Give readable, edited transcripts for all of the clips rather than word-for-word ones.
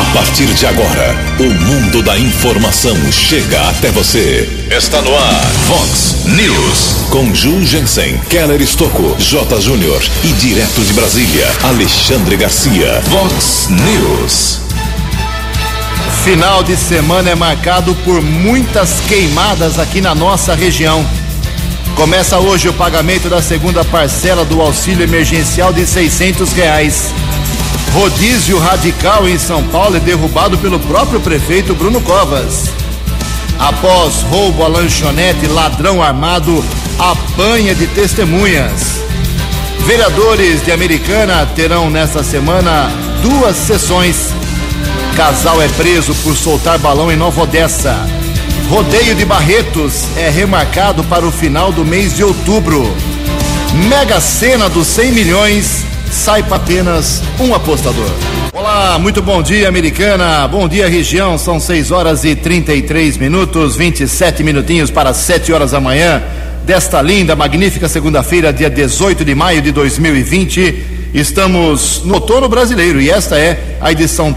A partir de agora, o mundo da informação chega até você. Está no ar, Vox News. Com Ju Jensen, Keller Estocco, J. Júnior e direto de Brasília, Alexandre Garcia. Vox News. Final de semana é marcado por muitas queimadas aqui na nossa região. Começa hoje o pagamento da segunda parcela do auxílio emergencial de R$600. Rodízio radical em São Paulo é derrubado pelo próprio prefeito Bruno Covas. Após roubo à lanchonete, ladrão armado apanha de testemunhas. Vereadores de Americana terão nesta semana 2 sessões. Casal é preso por soltar balão em Nova Odessa. Rodeio de Barretos é remarcado para o final do mês de outubro. Mega Sena dos 100 milhões sai para apenas um apostador. Olá, muito bom dia, Americana. Bom dia, região. São 6 horas e 33 minutos, 27 minutinhos para 7 horas da manhã desta linda, magnífica segunda-feira, dia 18 de maio de 2020. Estamos no outono brasileiro e esta é a edição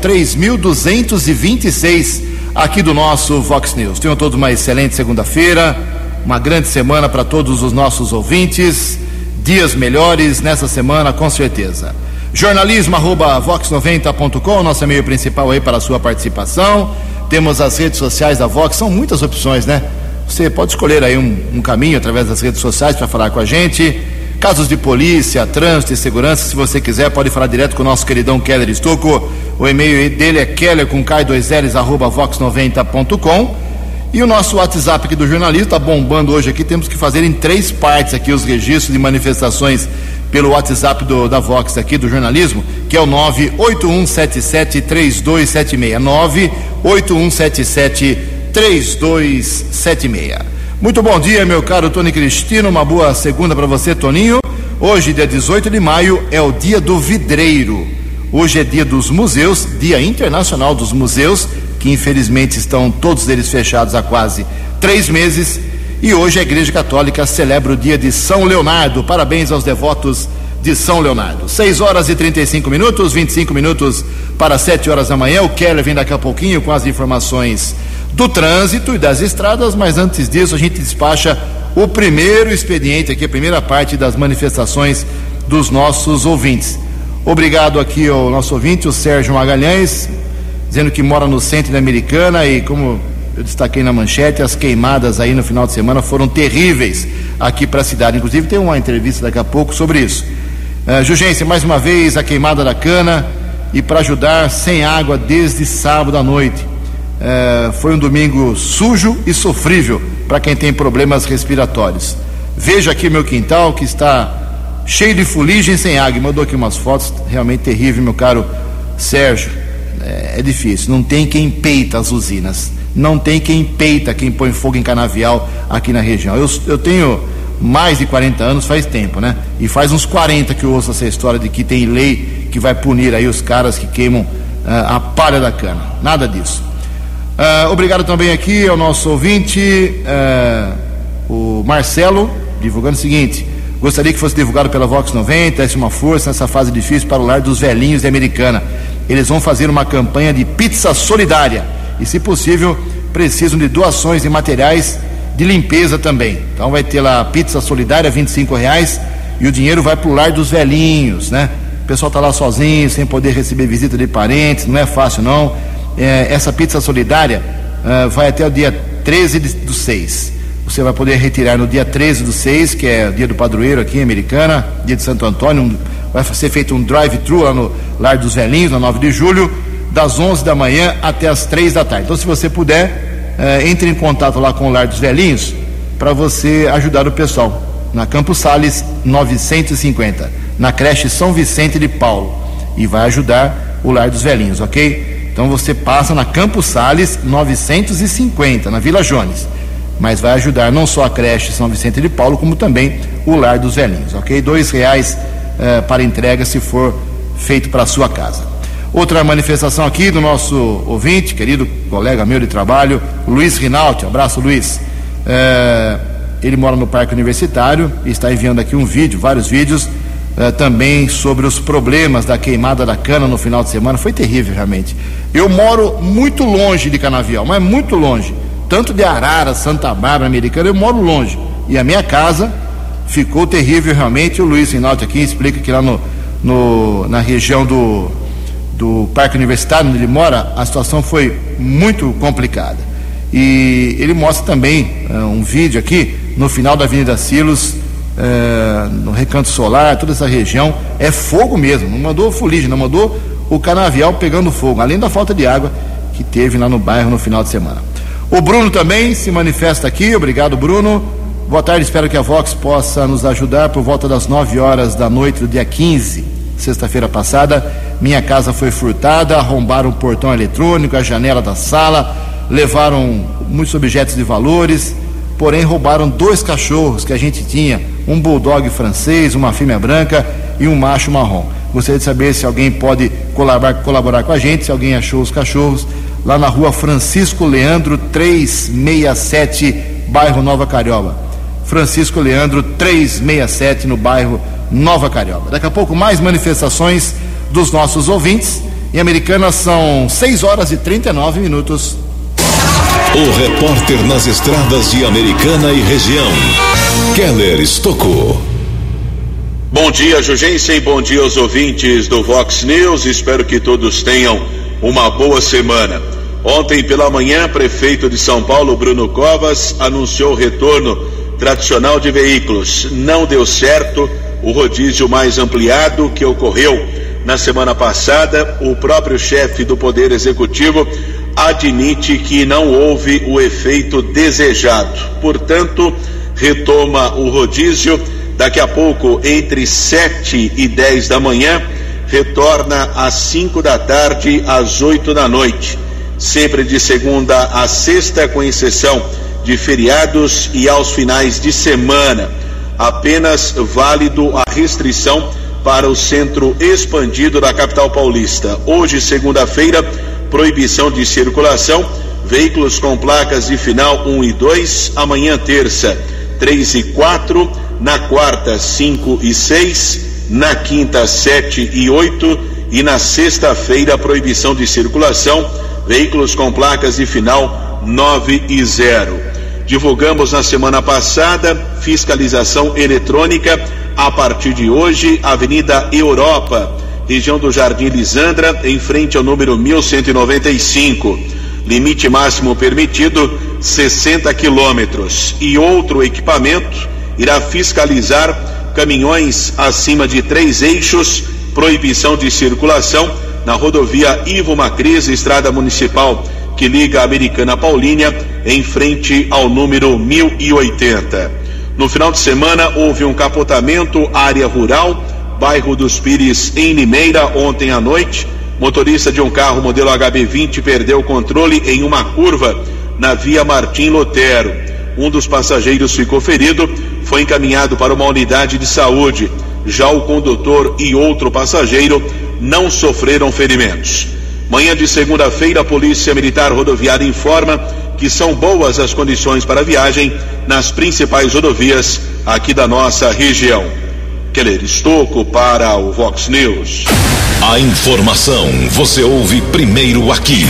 3226 aqui do nosso Vox News. Tenham todos uma excelente segunda-feira, uma grande semana para todos os nossos ouvintes, dias melhores nessa semana com certeza. Jornalismo@vox90.com, nosso e-mail principal aí para a sua participação. Temos as redes sociais da Vox, são muitas opções, né? Você pode escolher aí um caminho através das redes sociais para falar com a gente. Casos de polícia, trânsito e segurança, se você quiser, pode falar direto com o nosso queridão Keller Estocco. O e-mail dele é keller@vox90.com. E o nosso WhatsApp aqui do jornalismo está bombando hoje aqui. Temos que fazer em 3 partes aqui os registros de manifestações pelo WhatsApp da Vox aqui do jornalismo, que é o 981773276. 981773276. Muito bom dia, meu caro Tony Cristino, uma boa segunda para você, Toninho. Hoje, dia 18 de maio, é o dia do vidreiro. Hoje é dia dos museus, dia internacional dos museus, que infelizmente estão todos eles fechados há quase 3 meses. E hoje a Igreja Católica celebra o dia de São Leonardo. Parabéns aos devotos de São Leonardo. 6 horas e 35 minutos, 25 minutos para 7 horas da manhã. O Keller vem daqui a pouquinho com as informações do trânsito e das estradas, mas antes disso a gente despacha o primeiro expediente aqui, a primeira parte das manifestações dos nossos ouvintes. Obrigado aqui ao nosso ouvinte, o Sérgio Magalhães, dizendo que mora no centro da Americana e, como eu destaquei na manchete, as queimadas aí no final de semana foram terríveis aqui para a cidade. Inclusive tem uma entrevista daqui a pouco sobre isso. Jugense, mais uma vez a queimada da cana e para ajudar, sem água desde sábado à noite. Foi um domingo sujo e sofrível para quem tem problemas respiratórios. Veja aqui meu quintal que está cheio de fuligem sem água. Mandou aqui umas fotos, realmente terrível, meu caro Sérgio. É difícil, não tem quem peita as usinas, não tem quem peita, quem põe fogo em canavial aqui na região. Eu tenho mais de 40 anos, faz tempo, né? E faz uns 40 que eu ouço essa história de que tem lei que vai punir aí os caras que queimam a palha da cana. Nada disso. Obrigado também aqui ao nosso ouvinte, o Marcelo, divulgando o seguinte: gostaria que fosse divulgado pela Vox 90, desse uma força nessa fase difícil para o lar dos velhinhos de Americana. Eles vão fazer uma campanha de pizza solidária e, se possível, precisam de doações de materiais de limpeza também. Então vai ter lá a pizza solidária, R$25, e o dinheiro vai para o lar dos velhinhos, né? O pessoal está lá sozinho, sem poder receber visita de parentes, não é fácil não. Essa pizza solidária vai até o dia 13/6. Você vai poder retirar no dia 13/6, que é o dia do padroeiro aqui em Americana, dia de Santo Antônio. Vai ser feito um drive-thru lá no Lar dos Velhinhos, na 9 de julho, das 11 da manhã até as 3 da tarde. Então, se você puder, entre em contato lá com o Lar dos Velhinhos para você ajudar o pessoal. Na Campos Sales 950, na creche São Vicente de Paulo, e vai ajudar o Lar dos Velhinhos, ok? Então você passa na Campos Sales 950, na Vila Jones, mas vai ajudar não só a creche São Vicente de Paulo, como também o Lar dos Velhinhos, ok? R$2 para entrega se for feito para a sua casa. Outra manifestação aqui do nosso ouvinte, querido colega meu de trabalho, Luiz Rinaldi. Abraço, Luiz. Ele mora no Parque Universitário e está enviando aqui um vídeo, vários vídeos também sobre os problemas da queimada da cana no final de semana. Foi terrível, realmente. Eu moro muito longe de Canavial, mas muito longe, tanto de Arara, Santa Bárbara, Americana. Eu moro longe e a minha casa ficou terrível, realmente. O Luiz Rinaldi aqui explica que lá na região do Parque Universitário, onde ele mora, a situação foi muito complicada. E ele mostra também um vídeo aqui no final da Avenida Silos, no Recanto Solar, toda essa região é fogo mesmo. Não mandou fuligem, não mandou o canavial pegando fogo, além da falta de água que teve lá no bairro no final de semana. O Bruno também se manifesta aqui. Obrigado, Bruno. Boa tarde, espero que a Vox possa nos ajudar. Por volta das 9 horas da noite do dia 15, sexta-feira passada, minha casa foi furtada, arrombaram o portão eletrônico, a janela da sala, levaram muitos objetos de valores, porém roubaram 2 cachorros que a gente tinha, um bulldog francês, uma fêmea branca e um macho marrom. Gostaria de saber se alguém pode colaborar com a gente, se alguém achou os cachorros, lá na rua Francisco Leandro 367, bairro Nova Carioba. Francisco Leandro 367, no bairro Nova Carioba. Daqui a pouco mais manifestações dos nossos ouvintes. Em Americana são 6 horas e 39 minutos. O repórter nas estradas de Americana e região, Keller Estocou. Bom dia, Jugensen, bom dia aos ouvintes do Vox News. Espero que todos tenham uma boa semana. Ontem pela manhã, prefeito de São Paulo, Bruno Covas, anunciou o retorno tradicional de veículos. Não deu certo o rodízio mais ampliado que ocorreu na semana passada. O próprio chefe do Poder Executivo admite que não houve o efeito desejado. Portanto, retoma o rodízio. Daqui a pouco, entre 7 e 10 da manhã, retorna às 5 da tarde, às 8 da noite. Sempre de segunda a sexta, com exceção de feriados e aos finais de semana. Apenas válido a restrição para o centro expandido da capital paulista. Hoje, segunda-feira, proibição de circulação, veículos com placas de final 1 e 2, amanhã terça 3 e 4, na quarta 5 e 6, na quinta 7 e 8 e na sexta-feira proibição de circulação, veículos com placas de final 9 e 0. Divulgamos na semana passada fiscalização eletrônica a partir de hoje, Avenida Europa, região do Jardim Lisandra, em frente ao número 1195. Limite máximo permitido 60 quilômetros. E outro equipamento irá fiscalizar caminhões acima de 3 eixos, proibição de circulação na rodovia Ivo Macris, estrada municipal que liga a Americana Paulínia, em frente ao número 1080. No final de semana houve um capotamento, área rural, bairro dos Pires, em Limeira, ontem à noite. Motorista de um carro modelo HB20 perdeu o controle em uma curva na via Martim Lotero. Um dos passageiros ficou ferido, foi encaminhado para uma unidade de saúde. Já o condutor e outro passageiro não sofreram ferimentos. Manhã de segunda-feira, a Polícia Militar Rodoviária informa que são boas as condições para a viagem nas principais rodovias aqui da nossa região. Keller Estocco para o Vox News. A informação você ouve primeiro aqui.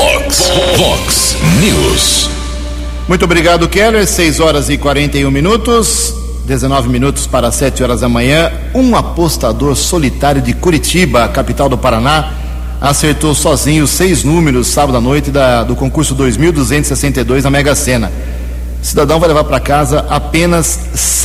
Vox News. Muito obrigado, Keller. 6 horas e 41 minutos, 19 minutos para 7 horas da manhã. Um apostador solitário de Curitiba, capital do Paraná, acertou sozinho 6 números sábado à noite do concurso 2.262 na Mega Sena. O cidadão vai levar para casa apenas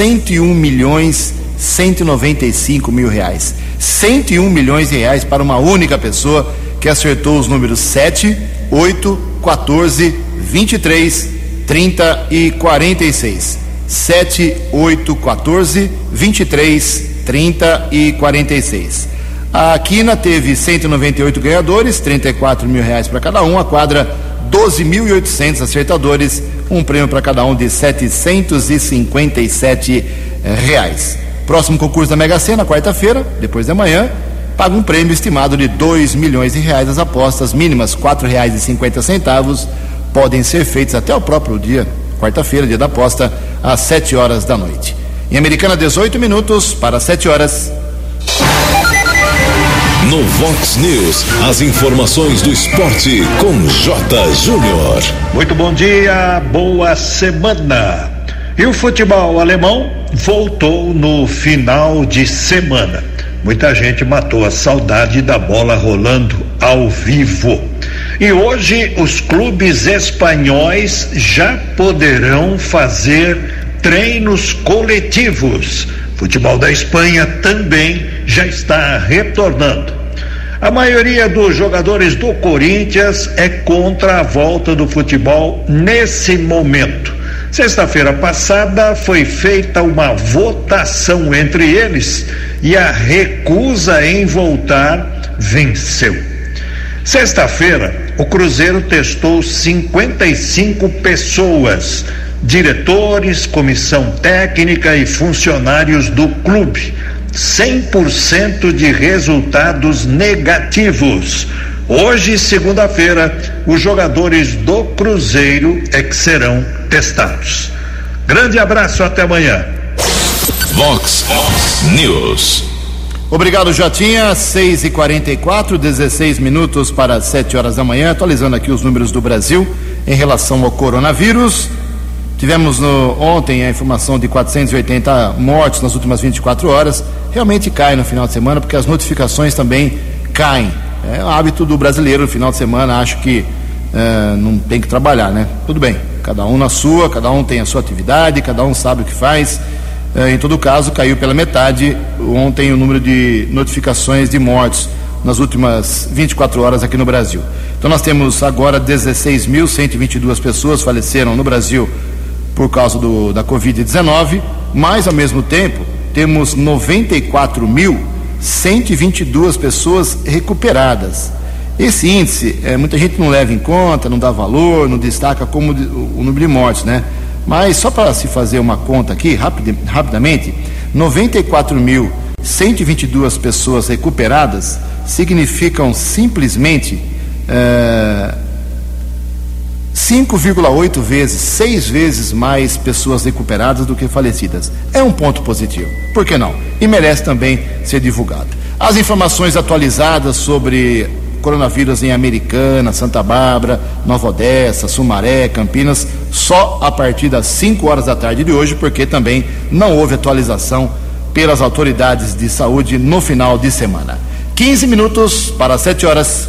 101.195.000 reais. 101 milhões de reais para uma única pessoa que acertou os números 7, 8, 14, 23, 30 e 46. 7, 8, 14, 23, 30 e 46. A quina teve 198 ganhadores, 34 mil reais para cada um. A quadra, 12.800 acertadores, um prêmio para cada um de 757 reais. Próximo concurso da Mega Sena, quarta-feira, depois da manhã, paga um prêmio estimado de 2 milhões de reais. As apostas mínimas, R$4,50, podem ser feitas até o próprio dia, quarta-feira, dia da aposta, às 7 horas da noite. Em Americana, 18 minutos para 7 horas. No Vox News, as informações do esporte com J. Júnior. Muito bom dia, boa semana. E o futebol alemão voltou no final de semana. Muita gente matou a saudade da bola rolando ao vivo. E hoje os clubes espanhóis já poderão fazer treinos coletivos. Futebol da Espanha também já está retornando. A maioria dos jogadores do Corinthians é contra a volta do futebol nesse momento. Sexta-feira passada foi feita uma votação entre eles e a recusa em voltar venceu. Sexta-feira, o Cruzeiro testou 55 pessoas, diretores, comissão técnica e funcionários do clube. 100% de resultados negativos. Hoje, segunda-feira, os jogadores do Cruzeiro é que serão testados. Grande abraço, até amanhã. Vox News. Obrigado, Jotinha. 6h44, 16 minutos para 7 horas da manhã. Atualizando aqui os números do Brasil em relação ao coronavírus. Tivemos ontem a informação de 480 mortes nas últimas 24 horas. Realmente cai no final de semana, porque as notificações também caem. É o hábito do brasileiro no final de semana, acho que não tem que trabalhar, né? Tudo bem, cada um na sua, cada um tem a sua atividade, cada um sabe o que faz. Em todo caso, caiu pela metade ontem o número de notificações de mortes nas últimas 24 horas aqui no Brasil. Então nós temos agora 16.122 pessoas faleceram no Brasil por causa da Covid-19, mas ao mesmo tempo temos 94.122 pessoas recuperadas. Esse índice, muita gente não leva em conta, não dá valor, não destaca como o número de mortes, né? Mas só para se fazer uma conta aqui, rapidamente, 94.122 pessoas recuperadas significam simplesmente 5,8 vezes, 6 vezes mais pessoas recuperadas do que falecidas. É um ponto positivo, por que não? E merece também ser divulgado. As informações atualizadas sobre coronavírus em Americana, Santa Bárbara, Nova Odessa, Sumaré, Campinas, só a partir das 5 horas da tarde de hoje, porque também não houve atualização pelas autoridades de saúde no final de semana. 15 minutos para 7 horas.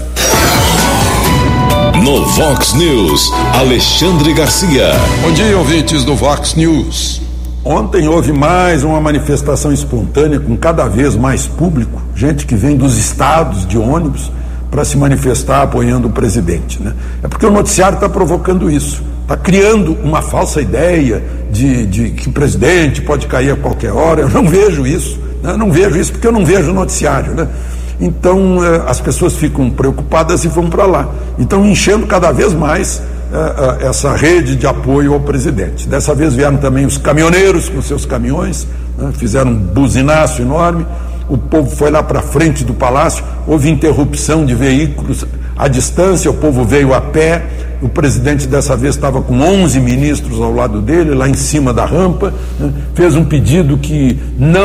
No Vox News, Alexandre Garcia. Bom dia, ouvintes do Vox News. Ontem houve mais uma manifestação espontânea com cada vez mais público, gente que vem dos estados de ônibus para se manifestar apoiando o presidente, né? É porque o noticiário está provocando isso, está criando uma falsa ideia de que o presidente pode cair a qualquer hora. Eu não vejo isso, né? Eu não vejo isso porque eu não vejo o noticiário, né? Então as pessoas ficam preocupadas e vão para lá. Então enchendo cada vez mais essa rede de apoio ao presidente. Dessa vez vieram também os caminhoneiros com seus caminhões, né? Fizeram um buzinaço enorme. O povo foi lá para frente do palácio, houve interrupção de veículos à distância, o povo veio a pé. O presidente dessa vez estava com 11 ministros ao lado dele, lá em cima da rampa, né? Fez um pedido que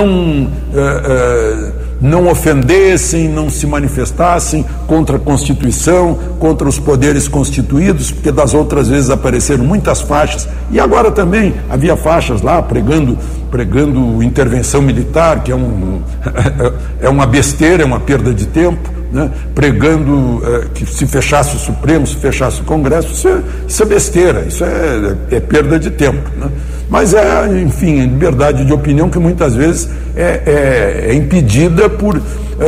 não ofendessem, não se manifestassem contra a Constituição, contra os poderes constituídos, porque das outras vezes apareceram muitas faixas, e agora também havia faixas lá pregando intervenção militar, que é uma besteira, é uma perda de tempo, né? Pregando que se fechasse o Supremo, se fechasse o Congresso, isso é besteira, isso é perda de tempo, né? Mas enfim, liberdade de opinião que muitas vezes é impedida por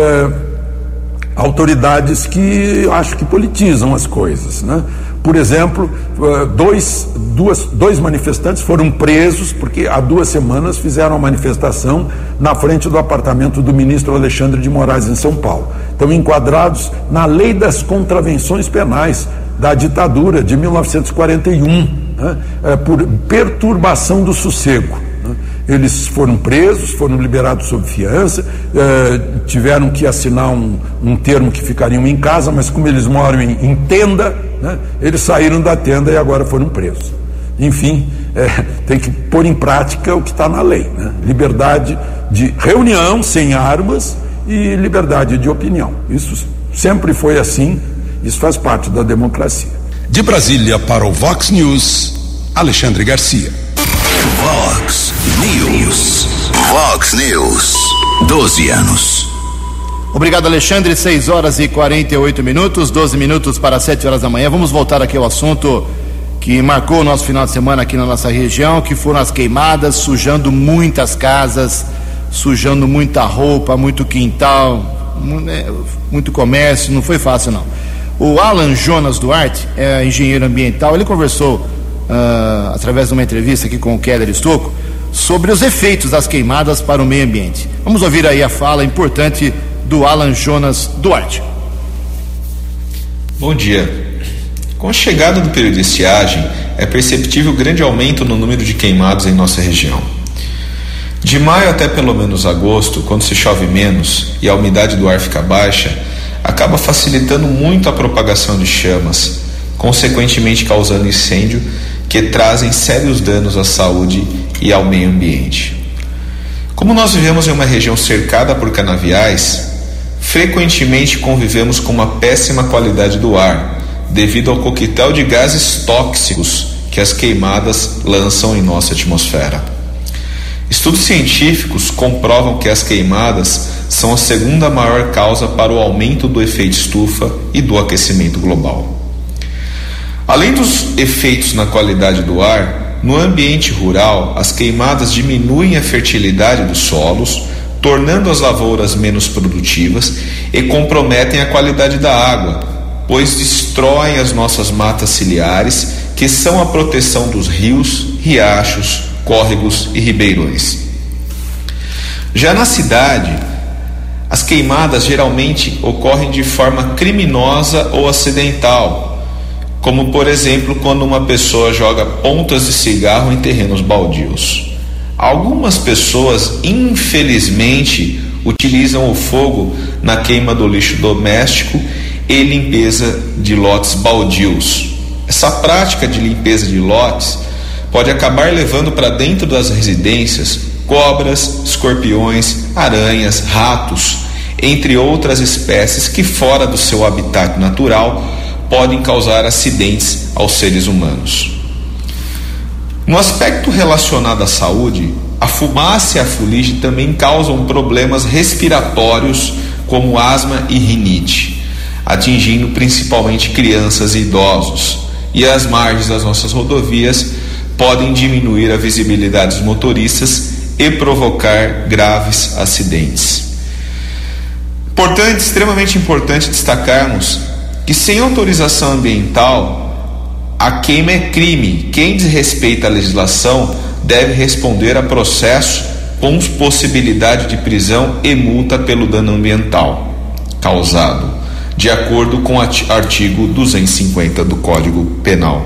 autoridades que acho que politizam as coisas, né? Por exemplo, dois manifestantes foram presos porque há 2 semanas fizeram uma manifestação na frente do apartamento do ministro Alexandre de Moraes em São Paulo. Estão enquadrados na lei das contravenções penais da ditadura de 1941, né? Por perturbação do sossego, né? Eles foram presos, foram liberados sob fiança, tiveram que assinar um termo que ficariam em casa, mas como eles moram em tenda, né, eles saíram da tenda e agora foram presos. Enfim, tem que pôr em prática o que está na lei, né? Liberdade de reunião sem armas e liberdade de opinião. Isso sempre foi assim, isso faz parte da democracia. De Brasília para o Vox News, Alexandre Garcia. Vox News. Vox News. 12 anos. Obrigado, Alexandre. 6 horas e 48 minutos, 12 minutos para 7 horas da manhã. Vamos voltar aqui ao assunto que marcou o nosso final de semana aqui na nossa região, que foram as queimadas, sujando muitas casas, sujando muita roupa, muito quintal, muito comércio. Não foi fácil, não. O Alan Jonas Duarte é engenheiro ambiental. Ele conversou através de uma entrevista aqui com o Keller Estocco sobre os efeitos das queimadas para o meio ambiente. Vamos ouvir aí a fala importante do Alan Jonas Duarte. Bom dia. Com a chegada do período de estiagem, é perceptível grande aumento no número de queimados em nossa região. De maio até pelo menos agosto, quando se chove menos e a umidade do ar fica baixa, acaba facilitando muito a propagação de chamas, consequentemente causando incêndio que trazem sérios danos à saúde e ao meio ambiente. Como nós vivemos em uma região cercada por canaviais, frequentemente convivemos com uma péssima qualidade do ar, devido ao coquetel de gases tóxicos que as queimadas lançam em nossa atmosfera. Estudos científicos comprovam que as queimadas são a segunda maior causa para o aumento do efeito estufa e do aquecimento global. Além dos efeitos na qualidade do ar, no ambiente rural, as queimadas diminuem a fertilidade dos solos, tornando as lavouras menos produtivas e comprometem a qualidade da água, pois destroem as nossas matas ciliares, que são a proteção dos rios, riachos, córregos e ribeirões. Já na cidade, as queimadas geralmente ocorrem de forma criminosa ou acidental, como por exemplo quando uma pessoa joga pontas de cigarro em terrenos baldios. Algumas pessoas, infelizmente, utilizam o fogo na queima do lixo doméstico e limpeza de lotes baldios. Essa prática de limpeza de lotes pode acabar levando para dentro das residências cobras, escorpiões, aranhas, ratos, entre outras espécies que fora do seu habitat natural podem causar acidentes aos seres humanos. No aspecto relacionado à saúde, a fumaça e a fuligem também causam problemas respiratórios como asma e rinite, atingindo principalmente crianças e idosos, e as margens das nossas rodovias podem diminuir a visibilidade dos motoristas e provocar graves acidentes. Portanto, extremamente importante destacarmos que sem autorização ambiental, a queima é crime. Quem desrespeita a legislação deve responder a processo com possibilidade de prisão e multa pelo dano ambiental causado, de acordo com o artigo 250 do Código Penal.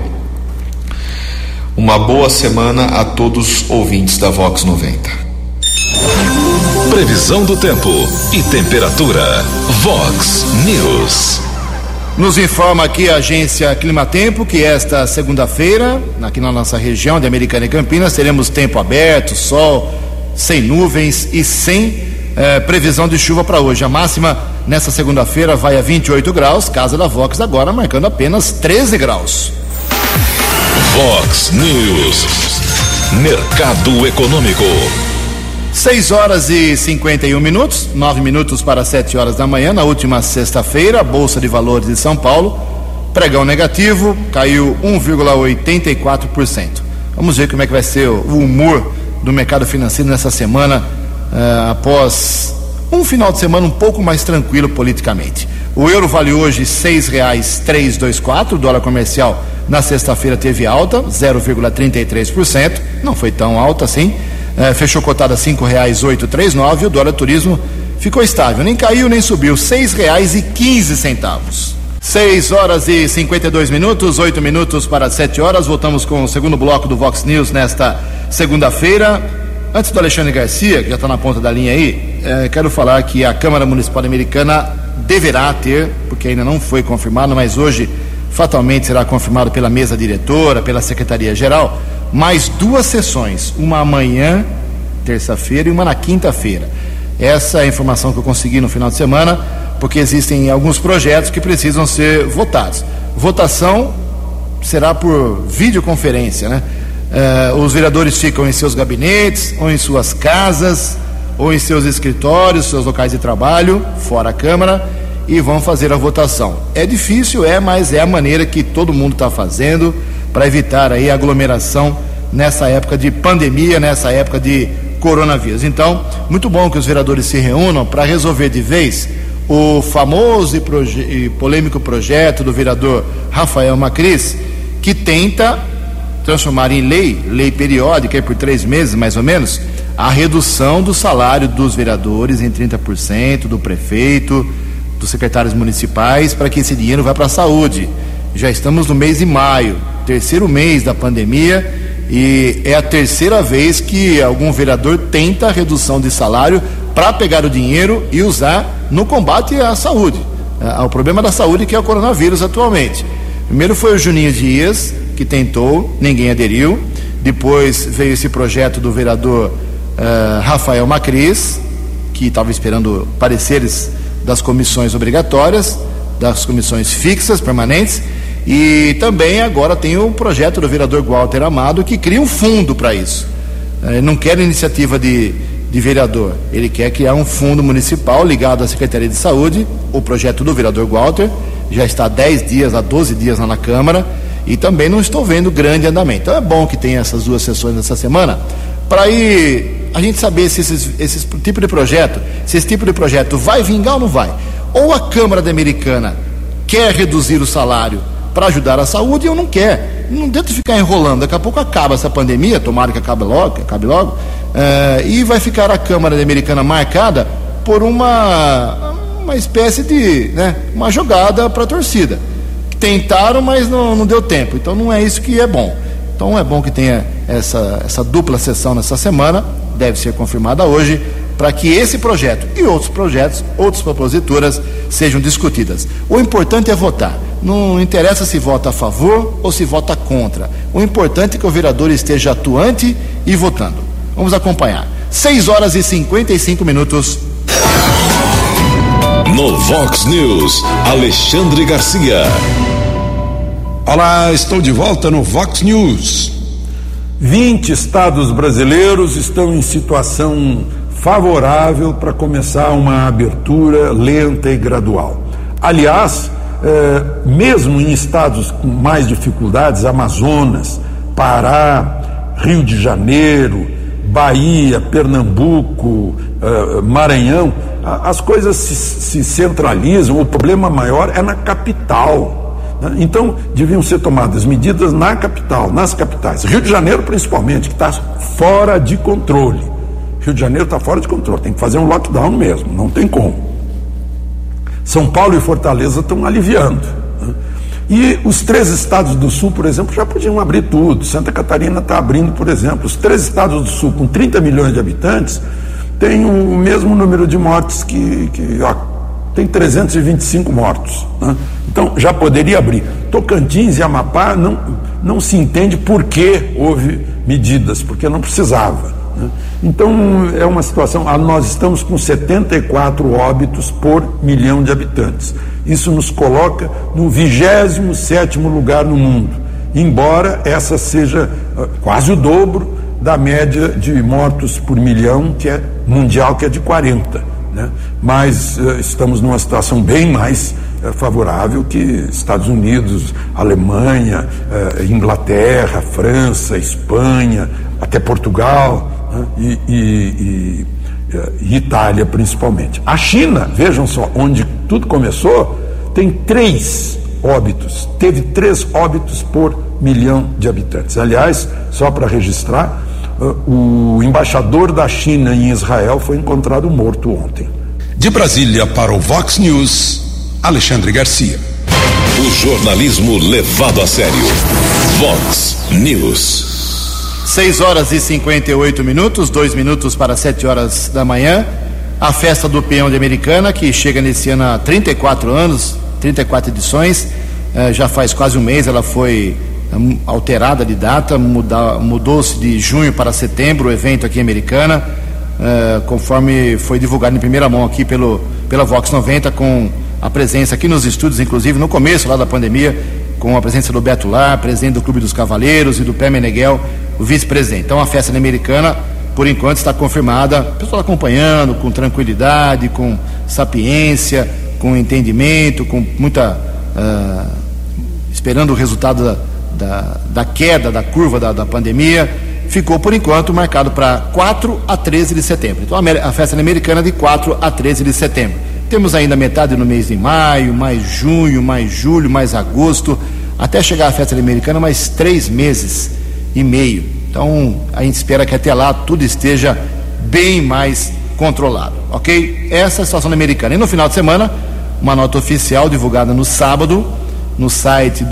Uma boa semana a todos os ouvintes da Vox 90. Previsão do tempo e temperatura. Vox News. Nos informa aqui a agência Climatempo que esta segunda-feira, aqui na nossa região de Americana e Campinas, teremos tempo aberto, sol, sem nuvens e sem previsão de chuva para hoje. A máxima nessa segunda-feira vai a 28 graus, casa da Vox agora marcando apenas 13 graus. Vox News. Mercado Econômico. 6 horas e 51 minutos, 9 minutos para 7 horas da manhã. Na última sexta-feira, a Bolsa de Valores de São Paulo, pregão negativo, caiu 1,84%. Vamos ver como é que vai ser o humor do mercado financeiro nessa semana, após um final de semana um pouco mais tranquilo politicamente. O euro vale hoje R$ 6,324, o dólar comercial na sexta-feira teve alta, 0,33%, não foi tão alta assim. Fechou cotada a R$ 5,839, o dólar turismo ficou estável, nem caiu nem subiu, R$ 6,15. 6 horas e 52 minutos, 8 minutos para 7 horas, voltamos com o segundo bloco do Vox News nesta segunda-feira. Antes do Alexandre Garcia, que já está na ponta da linha aí, quero falar que a Câmara Municipal Americana deverá ter, porque ainda não foi confirmado, mas hoje fatalmente será confirmado pela mesa diretora, pela Secretaria-Geral, mais 2 sessões, uma amanhã, terça-feira, e uma na quinta-feira. Essa é a informação que eu consegui no final de semana, porque existem alguns projetos que precisam ser votados. Votação será por videoconferência, né? Os vereadores ficam em seus gabinetes, ou em suas casas, ou em seus escritórios, seus locais de trabalho, fora a Câmara, e vão fazer a votação. É difícil, mas é a maneira que todo mundo está fazendo para evitar aí a aglomeração nessa época de pandemia, nessa época de coronavírus. Então, muito bom que os vereadores se reúnam para resolver de vez o famoso e polêmico projeto do vereador Rafael Macris, que tenta transformar em lei periódica, por 3 meses mais ou menos, a redução do salário dos vereadores em 30%, do prefeito, dos secretários municipais, para que esse dinheiro vá para a saúde. Já estamos no mês de maio, 3º mês da pandemia, e é a 3ª vez que algum vereador tenta a redução de salário para pegar o dinheiro e usar no combate à saúde, ao problema da saúde, que é o coronavírus atualmente. Primeiro foi o Juninho Dias, que tentou, ninguém aderiu. Depois veio esse projeto do vereador Rafael Macris, que estava esperando pareceres das comissões obrigatórias, das comissões fixas, permanentes, e também agora tem o projeto do vereador Walter Amado, que cria um fundo para isso. Ele não quer iniciativa de vereador, ele quer criar um fundo municipal ligado à Secretaria de Saúde. O projeto do vereador Walter já está há 10 dias, há 12 dias lá na Câmara, e também não estou vendo grande andamento. Então é bom que tenha essas 2 sessões nessa semana, para aí a gente saber se esse tipo de projeto vai vingar ou não vai. Ou a Câmara da Americana quer reduzir o salário para ajudar a saúde, ou não quer. Não deve ficar enrolando. Daqui a pouco acaba essa pandemia, tomara que acabe logo, e vai ficar a Câmara da Americana marcada por uma espécie de, uma jogada para a torcida. Tentaram, mas não deu tempo. Então não é isso que é bom. Então é bom que tenha essa dupla sessão nessa semana, deve ser confirmada hoje, para que esse projeto e outros projetos, outras proposituras sejam discutidas. O importante é votar. Não interessa se vota a favor ou se vota contra. O importante é que o vereador esteja atuante e votando. Vamos acompanhar. 6h55. No Vox News, Alexandre Garcia. Olá, estou de volta no Vox News. 20 estados brasileiros estão em situação favorável para começar uma abertura lenta e gradual. Aliás, mesmo em estados com mais dificuldades, Amazonas, Pará, Rio de Janeiro, Bahia, Pernambuco, Maranhão, as coisas se centralizam. O problema maior é na capital. Então, deviam ser tomadas medidas na capital, nas capitais. Rio de Janeiro, principalmente, que está fora de controle. Rio de Janeiro está fora de controle, tem que fazer um lockdown mesmo, não tem como. São Paulo e Fortaleza estão aliviando. E os 3 estados do Sul, por exemplo, já podiam abrir tudo. Santa Catarina está abrindo, por exemplo. Os 3 estados do Sul, com 30 milhões de habitantes, têm o mesmo número de mortes que tem 325 mortos. Então, já poderia abrir. Tocantins e Amapá não se entende por que houve medidas, porque não precisava. Então, é uma situação. Nós estamos com 74 óbitos por milhão de habitantes. Isso nos coloca no 27º lugar no mundo, embora essa seja quase o dobro da média de mortos por milhão, que é mundial, que é de 40. Mas estamos numa situação bem mais favorável que Estados Unidos, Alemanha, Inglaterra, França, Espanha, até Portugal, e Itália principalmente. A China, vejam só, onde tudo começou, tem 3 óbitos, teve 3 óbitos por milhão de habitantes. Aliás, só para registrar, o embaixador da China em Israel foi encontrado morto ontem. De Brasília para o Vox News, Alexandre Garcia. O jornalismo levado a sério. Vox News. 6h58, 2 minutos para 7 horas da manhã. A festa do Peão de Americana, que chega nesse ano há 34 anos, 34 edições, já faz quase um mês. Ela foi alterada de data, mudou-se de junho para setembro o evento aqui em Americana. conforme foi divulgado em primeira mão aqui pela Vox 90, com a presença aqui nos estúdios, inclusive no começo lá da pandemia, com a presença do Beto Lar, presidente do Clube dos Cavaleiros, e do Pé Meneghel, o vice-presidente. Então a festa americana, por enquanto, está confirmada, o pessoal acompanhando com tranquilidade, com sapiência, com entendimento, com muita esperando o resultado da queda da curva da pandemia. Ficou por enquanto marcado para 4 a 13 de setembro. Então a festa americana de 4 a 13 de setembro. Temos ainda metade no mês de maio, mais junho, mais julho, mais agosto, até chegar a festa americana, mais 3 meses e meio. Então a gente espera que até lá tudo esteja bem mais controlado, ok? Essa é a situação americana. E no final de semana, uma nota oficial divulgada no sábado no site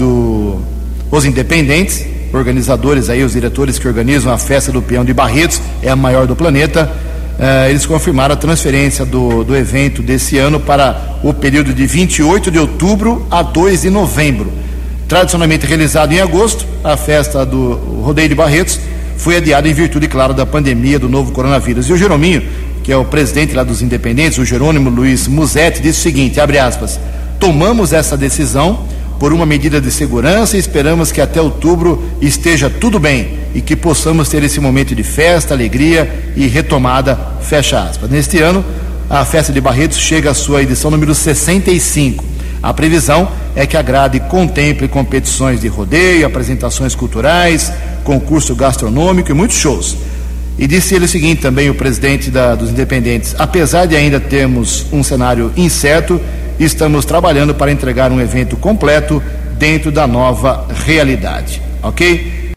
Os Independentes, organizadores aí, os diretores que organizam a festa do Peão de Barretos, é a maior do planeta. Eles confirmaram a transferência do evento desse ano para o período de 28 de outubro a 2 de novembro. Tradicionalmente realizado em agosto, a festa do Rodeio de Barretos foi adiada em virtude, claro, da pandemia do novo coronavírus. E o Jerominho, que é o presidente lá dos Independentes, o Jerônimo Luiz Musetti, disse o seguinte, abre aspas, tomamos essa decisão por uma medida de segurança e esperamos que até outubro esteja tudo bem e que possamos ter esse momento de festa, alegria e retomada, fecha aspas. Neste ano, a Festa de Barretos chega à sua edição número 65. A previsão é que a grade contemple competições de rodeio, apresentações culturais, concurso gastronômico e muitos shows. E disse ele o seguinte também, o presidente dos Independentes, apesar de ainda termos um cenário incerto, estamos trabalhando para entregar um evento completo dentro da nova realidade, ok?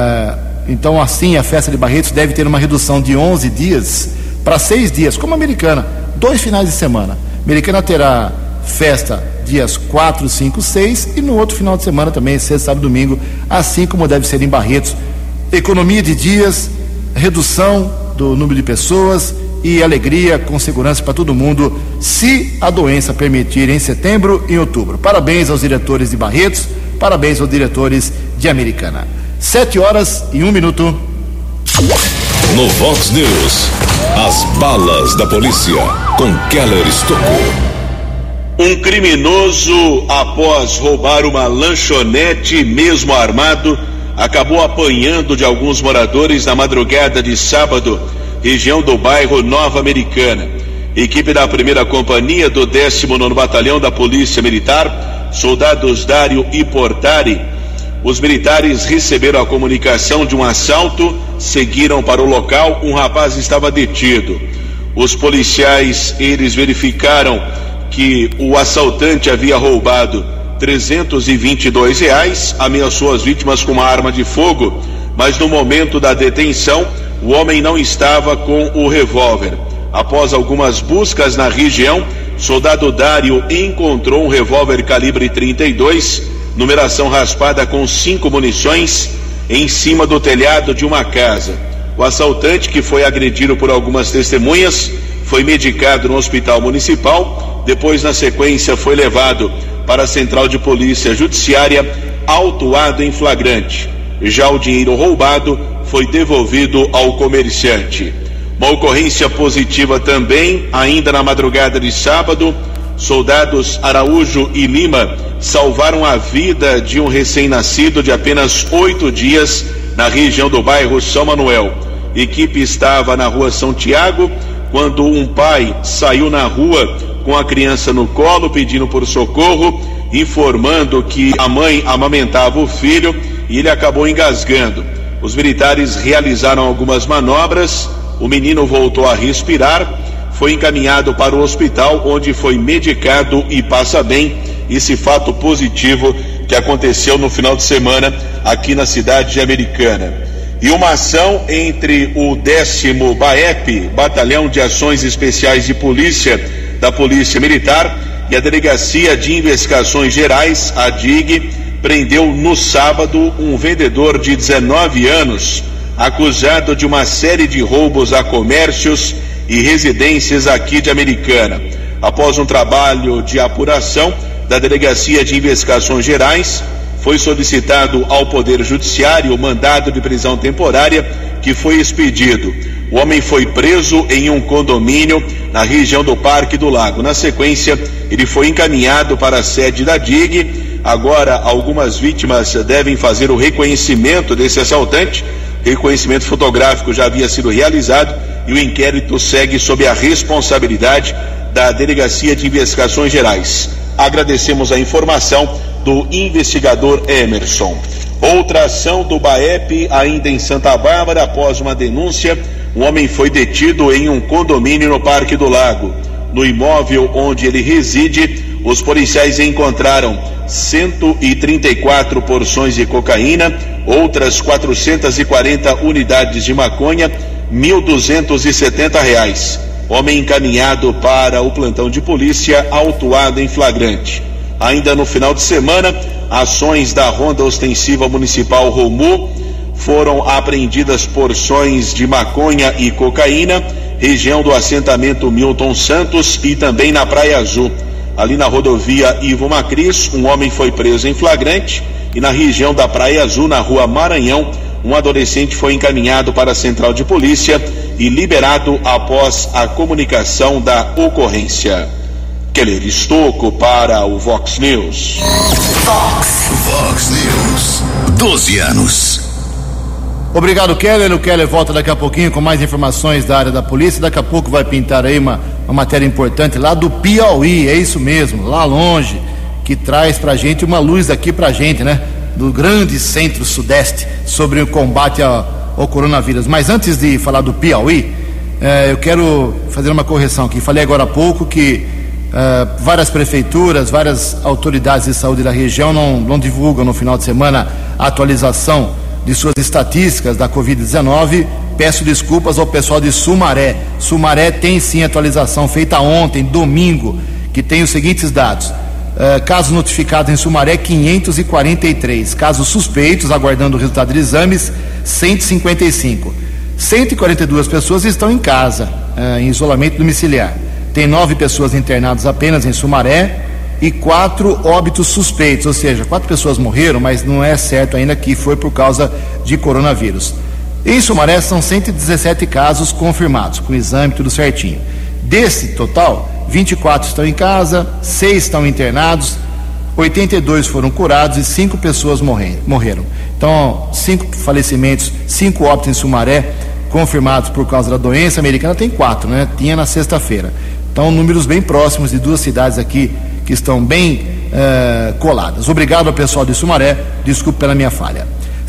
Então assim a Festa de Barretos deve ter uma redução de 11 dias para 6 dias, como a Americana, 2 finais de semana. A Americana terá festa dias 4, 5, 6 e no outro final de semana também, sexta, sábado e domingo, assim como deve ser em Barretos. Economia de dias, redução do número de pessoas e alegria com segurança para todo mundo, se a doença permitir, em setembro e em outubro. Parabéns aos diretores de Barretos, parabéns aos diretores de Americana. 7h01. No Vox News, as balas da polícia com Keller Estocou. Um criminoso, após roubar uma lanchonete, mesmo armado, acabou apanhando de alguns moradores na madrugada de sábado, região do bairro Nova Americana. Equipe da 1ª Companhia do 19º Batalhão da Polícia Militar, soldados Dário e Portari. Os militares receberam a comunicação de um assalto, seguiram para o local, um rapaz estava detido. Os policiais, eles verificaram que o assaltante havia roubado R$322, ameaçou as vítimas com uma arma de fogo, mas no momento da detenção, o homem não estava com o revólver. Após algumas buscas na região, soldado Dário encontrou um revólver calibre 32, numeração raspada com 5 munições, em cima do telhado de uma casa. O assaltante, que foi agredido por algumas testemunhas, foi medicado no hospital municipal, depois na sequência foi levado para a Central de Polícia Judiciária, autuado em flagrante. Já o dinheiro roubado foi devolvido ao comerciante. Uma ocorrência positiva também, ainda na madrugada de sábado, soldados Araújo e Lima salvaram a vida de um recém-nascido de apenas 8 dias na região do bairro São Manuel. A equipe estava na rua São Tiago quando um pai saiu na rua com a criança no colo pedindo por socorro, informando que a mãe amamentava o filho e ele acabou engasgando. Os militares realizaram algumas manobras, o menino voltou a respirar, foi encaminhado para o hospital, onde foi medicado e passa bem. Esse fato positivo que aconteceu no final de semana aqui na cidade de Americana. E uma ação entre o 10º BAEP, Batalhão de Ações Especiais de Polícia, da Polícia Militar, e a Delegacia de Investigações Gerais, a DIG, prendeu no sábado um vendedor de 19 anos, acusado de uma série de roubos a comércios e residências aqui de Americana. Após um trabalho de apuração da Delegacia de Investigações Gerais, foi solicitado ao Poder Judiciário o mandado de prisão temporária, que foi expedido. O homem foi preso em um condomínio na região do Parque do Lago. Na sequência, ele foi encaminhado para a sede da DIG. Agora, algumas vítimas devem fazer o reconhecimento desse assaltante. Reconhecimento fotográfico já havia sido realizado e o inquérito segue sob a responsabilidade da Delegacia de Investigações Gerais. Agradecemos a informação do investigador Emerson. Outra ação do BAEP, ainda em Santa Bárbara, após uma denúncia, um homem foi detido em um condomínio no Parque do Lago. No imóvel onde ele reside, os policiais encontraram 134 porções de cocaína, outras 440 unidades de maconha, R$1.270. Homem encaminhado para o plantão de polícia, autuado em flagrante. Ainda no final de semana, ações da Ronda Ostensiva Municipal Romu, foram apreendidas porções de maconha e cocaína, região do assentamento Milton Santos e também na Praia Azul. Ali na rodovia Ivo Macris, um homem foi preso em flagrante, e na região da Praia Azul, na rua Maranhão, um adolescente foi encaminhado para a central de polícia e liberado após a comunicação da ocorrência. Keller Estocco para o Vox News. Vox News, 12 anos. Obrigado, Keller. O Keller volta daqui a pouquinho com mais informações da área da polícia. Daqui a pouco vai pintar aí uma matéria importante lá do Piauí, é isso mesmo, lá longe, que traz pra gente uma luz aqui pra gente, né? Do grande centro-sudeste sobre o combate ao coronavírus. Mas antes de falar do Piauí, eu quero fazer uma correção aqui. Falei agora há pouco que várias prefeituras, várias autoridades de saúde da região não divulgam no final de semana a atualização de suas estatísticas da Covid-19. Peço desculpas ao pessoal de Sumaré. Sumaré tem sim atualização feita ontem, domingo, que tem os seguintes dados. Casos notificados em Sumaré, 543. Casos suspeitos, aguardando o resultado de exames, 155. 142 pessoas estão em casa, em isolamento domiciliar. Tem 9 pessoas internadas apenas em Sumaré e 4 óbitos suspeitos, ou seja, 4 pessoas morreram, mas não é certo ainda que foi por causa de coronavírus. Em Sumaré são 117 casos confirmados, com exame tudo certinho. Desse total, 24 estão em casa, 6 estão internados, 82 foram curados e 5 pessoas morreram. Então, 5 falecimentos, 5 óbitos em Sumaré confirmados por causa da doença. A Americana tem 4, né? Tinha na sexta-feira. Então, números bem próximos de 2 cidades aqui que estão bem coladas. Obrigado ao pessoal de Sumaré, desculpe pela minha falha.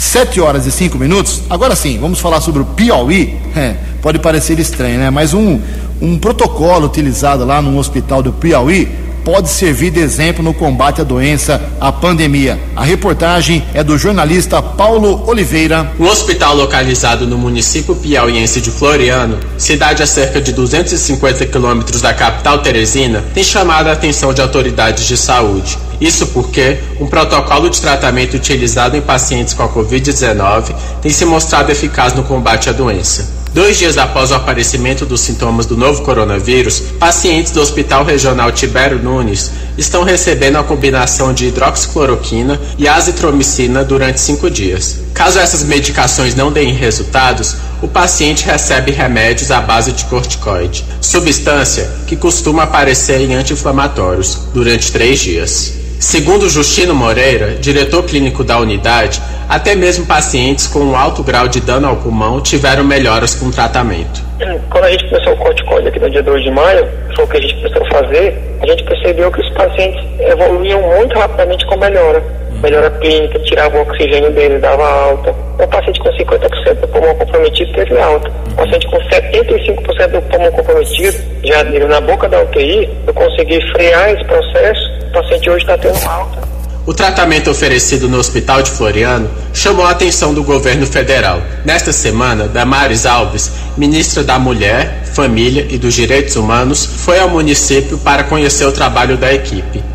7h05. Agora sim, vamos falar sobre o Piauí. Pode parecer estranho, né? Mas um protocolo utilizado lá no hospital do Piauí pode servir de exemplo no combate à doença, à pandemia. A reportagem é do jornalista Paulo Oliveira. O hospital localizado no município piauiense de Floriano, cidade a cerca de 250 quilômetros da capital Teresina, tem chamado a atenção de autoridades de saúde. Isso porque um protocolo de tratamento utilizado em pacientes com a Covid-19 tem se mostrado eficaz no combate à doença. 2 dias após o aparecimento dos sintomas do novo coronavírus, pacientes do Hospital Regional Tibério Nunes estão recebendo a combinação de hidroxicloroquina e azitromicina durante 5 dias. Caso essas medicações não deem resultados, o paciente recebe remédios à base de corticoide, substância que costuma aparecer em anti-inflamatórios, durante 3 dias. Segundo Justino Moreira, diretor clínico da unidade, até mesmo pacientes com um alto grau de dano ao pulmão tiveram melhoras com o tratamento. Quando a gente começou o corticoide aqui no dia 2 de maio, foi o que a gente precisou fazer, a gente percebeu que os pacientes evoluíam muito rapidamente com melhora clínica, tirava o oxigênio dele, dava alta. Um paciente com 50% do pulmão comprometido teve alta. Um paciente com 75% do pulmão comprometido, já na boca da UTI, eu consegui frear esse processo. O paciente hoje está tendo alta. O tratamento oferecido no Hospital de Floriano chamou a atenção do governo federal. Nesta semana, Damares Alves, ministra da Mulher, Família e dos Direitos Humanos, foi ao município para conhecer o trabalho da equipe.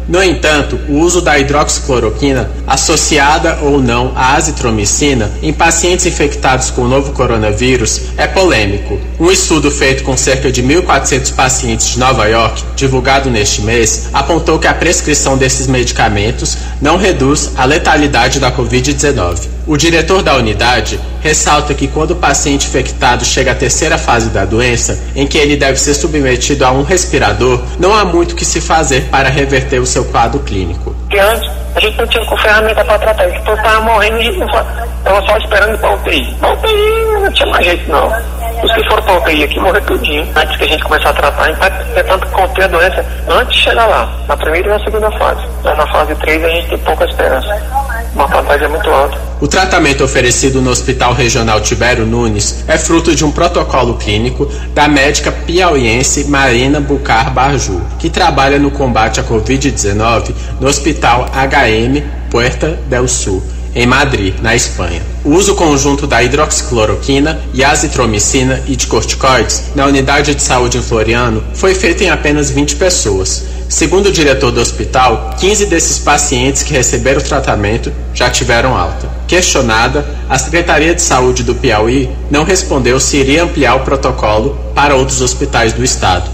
No entanto, o uso da hidroxicloroquina, associada ou não à azitromicina, em pacientes infectados com o novo coronavírus, é polêmico. Um estudo feito com cerca de 1.400 pacientes de Nova York, divulgado neste mês, apontou que a prescrição desses medicamentos não reduz a letalidade da Covid-19. O diretor da unidade ressalta que quando o paciente infectado chega à terceira fase da doença, em que ele deve ser submetido a um respirador, não há muito o que se fazer para reverter o seu quadro clínico. E antes, a gente não tinha ferramenta para tratar, ele estava morrendo e estava só esperando para UTI. A UTI não tinha mais jeito não. Os que foram para UTI aqui morreram tudinho. Antes que a gente começar a tratar, a gente está tentando conter a doença antes de chegar lá, na primeira e na segunda fase. Na fase 3 a gente tem pouca esperança. Uma vantagem é muito alta. O tratamento oferecido no Hospital Regional Tibério Nunes é fruto de um protocolo clínico da médica piauiense Marina Bucar Barju, que trabalha no combate à Covid-19 no Hospital HM Puerta del Sul, em Madrid, na Espanha. O uso conjunto da hidroxicloroquina e azitromicina e de corticoides na unidade de saúde em Floriano foi feito em apenas 20 pessoas. Segundo o diretor do hospital, 15 desses pacientes que receberam o tratamento já tiveram alta. Questionada, a Secretaria de Saúde do Piauí não respondeu se iria ampliar o protocolo para outros hospitais do estado.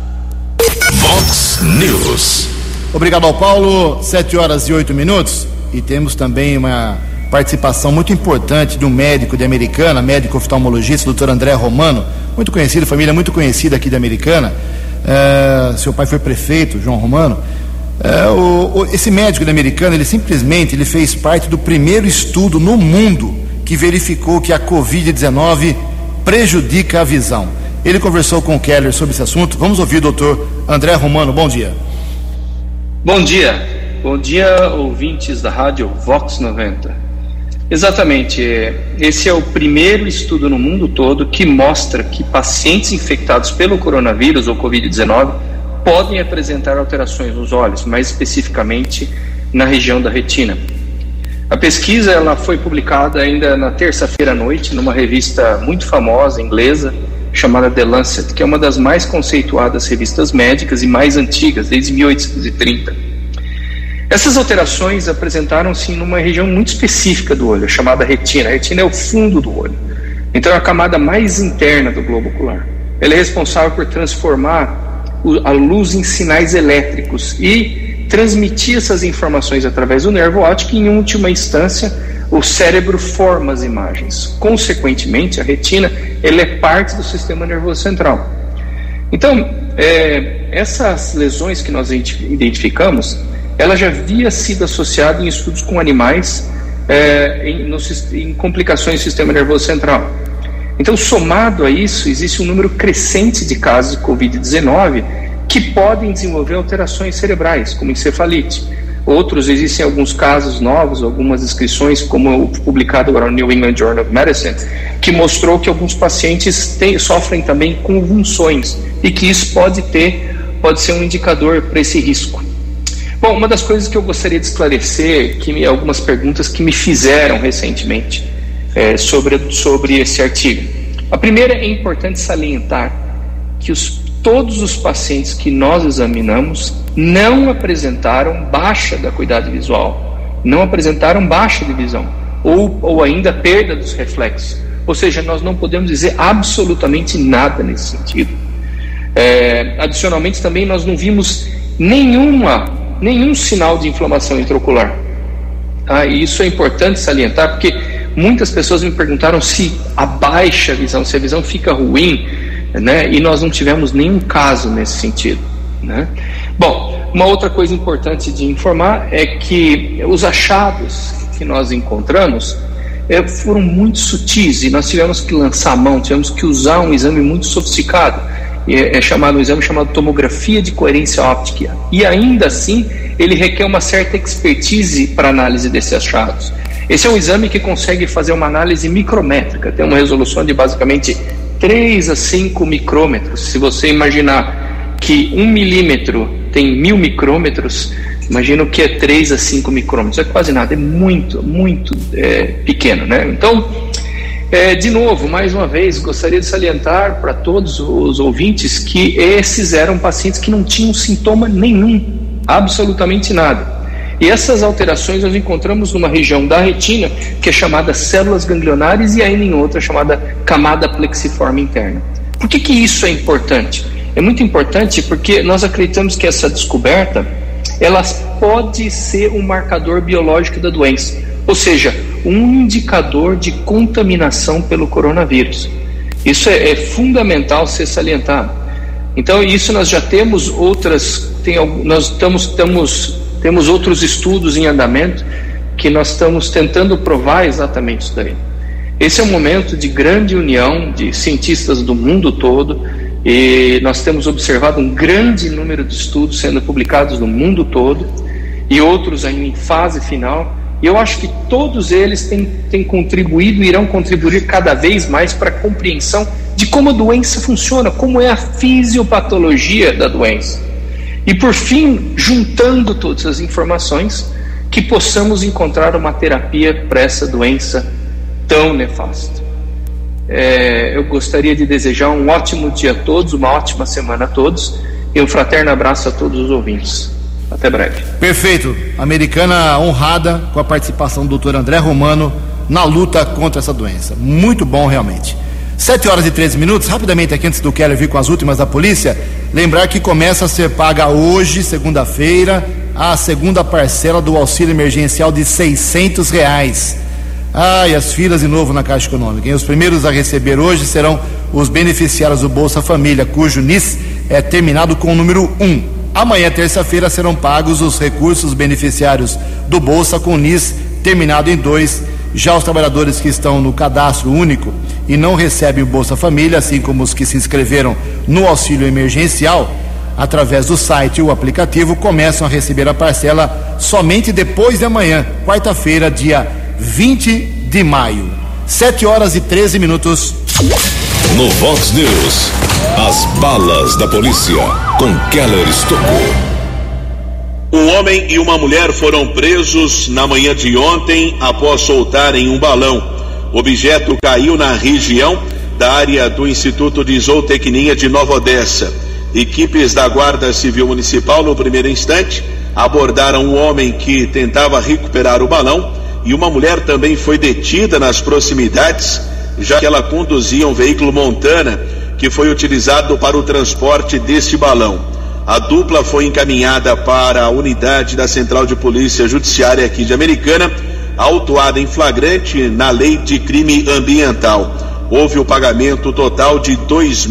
Vox News. Obrigado ao Paulo, 7h08. E temos também uma participação muito importante de um médico de Americana, médico oftalmologista, Dr. André Romano, muito conhecido, família muito conhecida aqui de Americana. Seu pai foi prefeito, João Romano. Esse médico de Americana, ele fez parte do primeiro estudo no mundo que verificou que a Covid-19 prejudica a visão. Ele conversou com o Keller sobre esse assunto. Vamos ouvir o Dr. André Romano. Bom dia. Bom dia. Bom dia, ouvintes da rádio Vox 90. Exatamente, esse é o primeiro estudo no mundo todo que mostra que pacientes infectados pelo coronavírus ou Covid-19 podem apresentar alterações nos olhos, mais especificamente na região da retina. A pesquisa ela foi publicada ainda na terça-feira à noite numa revista muito famosa, inglesa, chamada The Lancet, que é uma das mais conceituadas revistas médicas e mais antigas, desde 1830. Essas alterações apresentaram-se numa região muito específica do olho, chamada retina. A retina é o fundo do olho, então é a camada mais interna do globo ocular. Ela é responsável por transformar a luz em sinais elétricos e transmitir essas informações através do nervo óptico e, em última instância, o cérebro forma as imagens. Consequentemente, a retina ela é parte do sistema nervoso central. Então, essas lesões que nós identificamos, ela já havia sido associada em estudos com animais em complicações do sistema nervoso central. Então, somado a isso, existe um número crescente de casos de Covid-19 que podem desenvolver alterações cerebrais, como encefalite. Outros, existem alguns casos novos, algumas descrições, como o publicado agora no New England Journal of Medicine, que mostrou que alguns pacientes sofrem também convulsões e que isso pode ser um indicador para esse risco. Bom, uma das coisas que eu gostaria de esclarecer, algumas perguntas que me fizeram recentemente sobre esse artigo. A primeira, é importante salientar que todos os pacientes que nós examinamos não apresentaram baixa da acuidade visual, não apresentaram baixa de visão, ou ainda perda dos reflexos. Ou seja, nós não podemos dizer absolutamente nada nesse sentido. Adicionalmente, também nós não vimos nenhum sinal de inflamação intraocular. E isso é importante salientar, porque muitas pessoas me perguntaram se abaixa a visão, se a visão fica ruim, né? E nós não tivemos nenhum caso nesse sentido, né? Bom, uma outra coisa importante de informar é que os achados que nós encontramos foram muito sutis e nós tivemos que lançar a mão, tivemos que usar um exame muito sofisticado. Um exame chamado tomografia de coerência óptica, e ainda assim ele requer uma certa expertise para análise desses achados. Esse é um exame que consegue fazer uma análise micrométrica, tem uma resolução de basicamente 3 a 5 micrômetros. Se você imaginar que 1 milímetro tem 1000 micrômetros, imagina o que é 3 a 5 micrômetros, é quase nada, é muito pequeno, né? Então, de novo, mais uma vez, gostaria de salientar para todos os ouvintes que esses eram pacientes que não tinham sintoma nenhum. absolutamente nada. E essas alterações nós encontramos numa região da retina que é chamada células ganglionares e ainda em outra chamada camada plexiforme interna. Por que isso é importante? É muito importante porque nós acreditamos que essa descoberta ela pode ser um marcador biológico da doença, ou seja, um indicador de contaminação pelo coronavírus. Isso é fundamental ser salientado. Então, isso nós já temos temos outros estudos em andamento que nós estamos tentando provar exatamente isso daí. Esse é um momento de grande união de cientistas do mundo todo e nós temos observado um grande número de estudos sendo publicados no mundo todo e outros ainda em fase final. E eu acho que todos eles têm contribuído e irão contribuir cada vez mais para a compreensão de como a doença funciona, como é a fisiopatologia da doença. E por fim, juntando todas as informações, que possamos encontrar uma terapia para essa doença tão nefasta. Eu gostaria de desejar um ótimo dia a todos, uma ótima semana a todos e um fraterno abraço a todos os ouvintes. Até breve. Perfeito. Americana honrada com a participação do Dr. André Romano na luta contra essa doença. Muito bom, realmente. 7h13, rapidamente aqui antes do Keller vir com as últimas da polícia, lembrar que começa a ser paga hoje, segunda-feira, a segunda parcela do auxílio emergencial de R$600. E as filas de novo na Caixa Econômica. E os primeiros a receber hoje serão os beneficiários do Bolsa Família, cujo NIS é terminado com o número 1. Amanhã, terça-feira, serão pagos os recursos beneficiários do Bolsa com NIS terminado em 2. Já os trabalhadores que estão no cadastro único e não recebem o Bolsa Família, assim como os que se inscreveram no auxílio emergencial, através do site ou aplicativo, começam a receber a parcela somente depois de amanhã, quarta-feira, dia 20 de maio. 7h13. No Vox News, as balas da polícia com Keller Estocou. Um homem e uma mulher foram presos na manhã de ontem após soltarem um balão. O objeto caiu na região da área do Instituto de Zootecnia de Nova Odessa. Equipes da Guarda Civil Municipal, no primeiro instante, abordaram um homem que tentava recuperar o balão e uma mulher também foi detida nas proximidades, já que ela conduzia um veículo Montana que foi utilizado para o transporte deste balão. A dupla foi encaminhada para a unidade da Central de Polícia Judiciária aqui de Americana, autuada em flagrante na Lei de Crime Ambiental. Houve o pagamento total de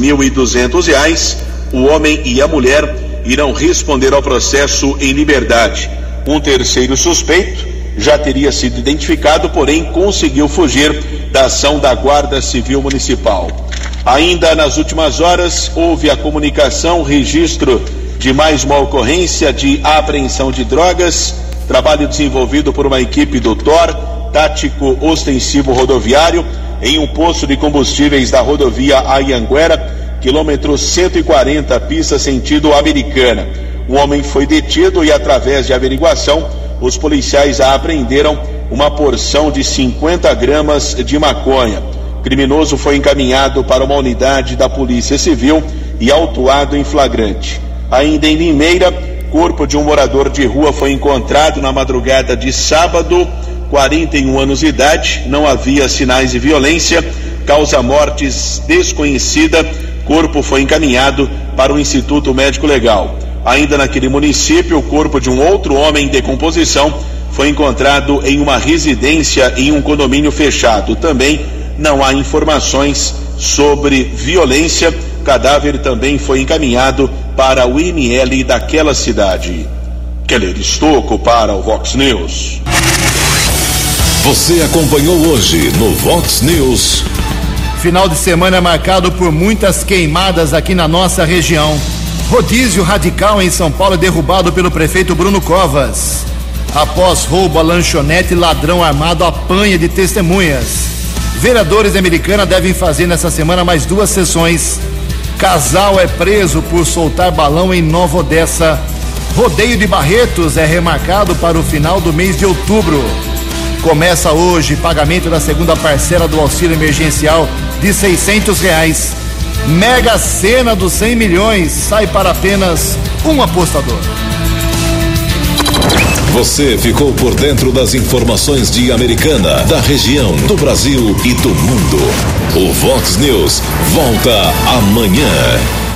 R$2.200. O homem e a mulher irão responder ao processo em liberdade. Um terceiro suspeito já teria sido identificado, porém conseguiu fugir da ação da Guarda Civil Municipal. Ainda nas últimas horas, houve a comunicação, registro de mais uma ocorrência de apreensão de drogas, trabalho desenvolvido por uma equipe do TOR, Tático Ostensivo Rodoviário, em um posto de combustíveis da rodovia Anhanguera, quilômetro 140, pista sentido Americana. Um homem foi detido e, através de averiguação, os policiais apreenderam uma porção de 50 gramas de maconha. O criminoso foi encaminhado para uma unidade da Polícia Civil e autuado em flagrante. Ainda em Limeira, corpo de um morador de rua foi encontrado na madrugada de sábado, 41 anos de idade, não havia sinais de violência, causa mortes desconhecida, corpo foi encaminhado para o Instituto Médico Legal. Ainda naquele município, o corpo de um outro homem em decomposição foi encontrado em uma residência em um condomínio fechado. Também não há informações sobre violência. O cadáver também foi encaminhado para o IML daquela cidade. Keller Estocco para o Vox News. Você acompanhou hoje no Vox News. Final de semana marcado por muitas queimadas aqui na nossa região. Rodízio radical em São Paulo é derrubado pelo prefeito Bruno Covas. Após roubo a lanchonete, ladrão armado apanha de testemunhas. Vereadores de Americana devem fazer nessa semana mais 2 sessões. Casal é preso por soltar balão em Nova Odessa. Rodeio de Barretos é remarcado para o final do mês de outubro. Começa hoje pagamento da segunda parcela do auxílio emergencial de R$600. Mega Sena dos 100 milhões sai para apenas um apostador. Você ficou por dentro das informações de Americana, da região, do Brasil e do mundo. O Vox News volta amanhã.